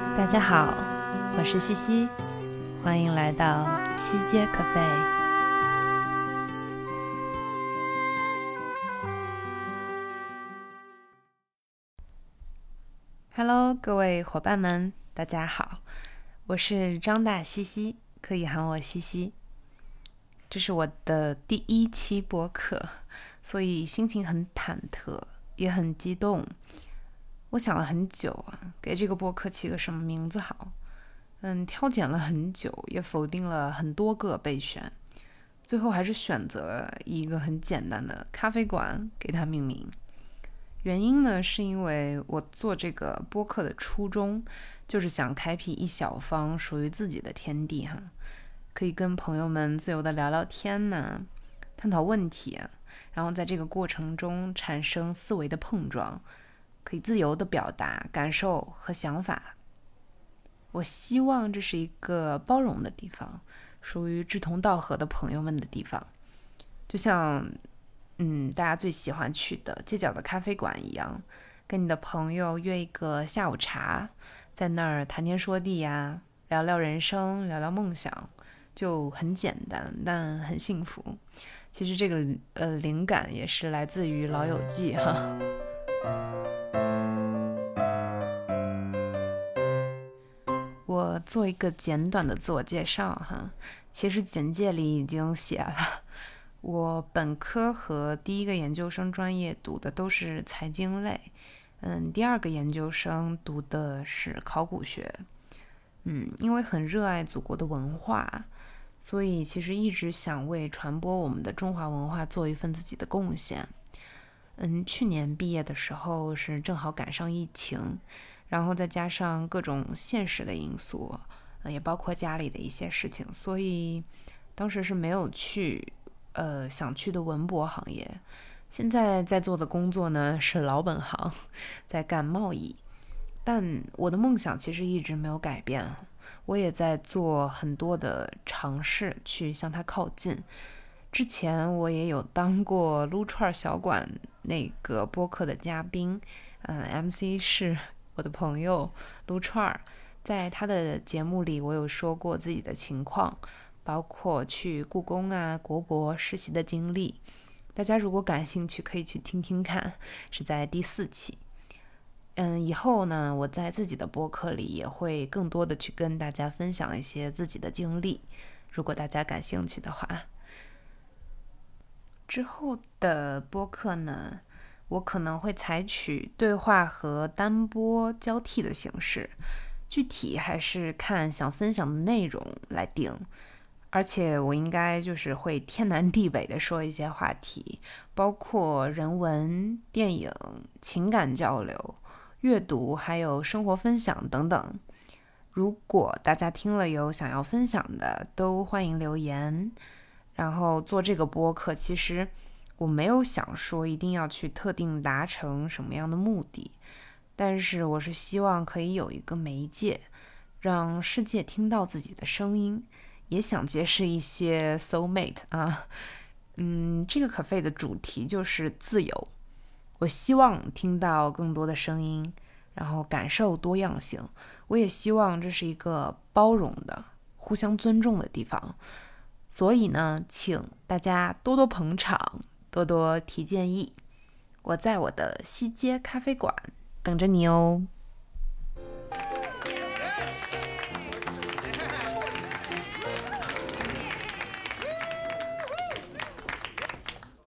大家好，我是西西，欢迎来到西街咖啡。Hello， 各位伙伴们，大家好，我是张大西西，可以喊我西西。这是我的第一期播客，所以心情很忐忑，也很激动。我想了很久啊，给这个播客起个什么名字好？挑拣了很久，也否定了很多个备选，最后还是选择了一个很简单的咖啡馆给它命名。原因呢，是因为我做这个播客的初衷，就是想开辟一小方属于自己的天地哈，可以跟朋友们自由的聊聊天呢，探讨问题啊，然后在这个过程中产生思维的碰撞，可以自由的表达感受和想法。我希望这是一个包容的地方，属于志同道合的朋友们的地方，就像大家最喜欢去的街角的咖啡馆一样，跟你的朋友约一个下午茶，在那儿谈天说地呀，聊聊人生，聊聊梦想，就很简单，但很幸福。其实这个灵感也是来自于《老友记》哈。我做一个简短的自我介绍哈，其实简介里已经写了。我本科和第一个研究生专业读的都是财经类，第二个研究生读的是考古学，因为很热爱祖国的文化，所以其实一直想为传播我们的中华文化做一份自己的贡献。去年毕业的时候是正好赶上疫情，然后再加上各种现实的因素，也包括家里的一些事情，所以当时是没有去想去的文博行业。现在在做的工作呢是老本行，在干贸易，但我的梦想其实一直没有改变，我也在做很多的尝试去向它靠近。之前我也有当过撸串小馆那个播客的嘉宾，MC 是我的朋友撸串，在他的节目里我有说过自己的情况，包括去故宫啊国博实习的经历，大家如果感兴趣可以去听听看，是在第4期。以后呢，我在自己的播客里也会更多的去跟大家分享一些自己的经历，如果大家感兴趣的话。之后的播客呢，我可能会采取对话和单播交替的形式，具体还是看想分享的内容来定。而且我应该就是会天南地北的说一些话题，包括人文、电影、情感交流、阅读，还有生活分享等等。如果大家听了有想要分享的，都欢迎留言。然后做这个播客，其实我没有想说一定要去特定达成什么样的目的，但是我是希望可以有一个媒介，让世界听到自己的声音，也想结识一些 soulmate 啊。这个咖啡的主题就是自由，我希望听到更多的声音，然后感受多样性。我也希望这是一个包容的、互相尊重的地方。所以呢，请大家多多捧场，多多提建议。我在我的西街咖啡馆等着你哦。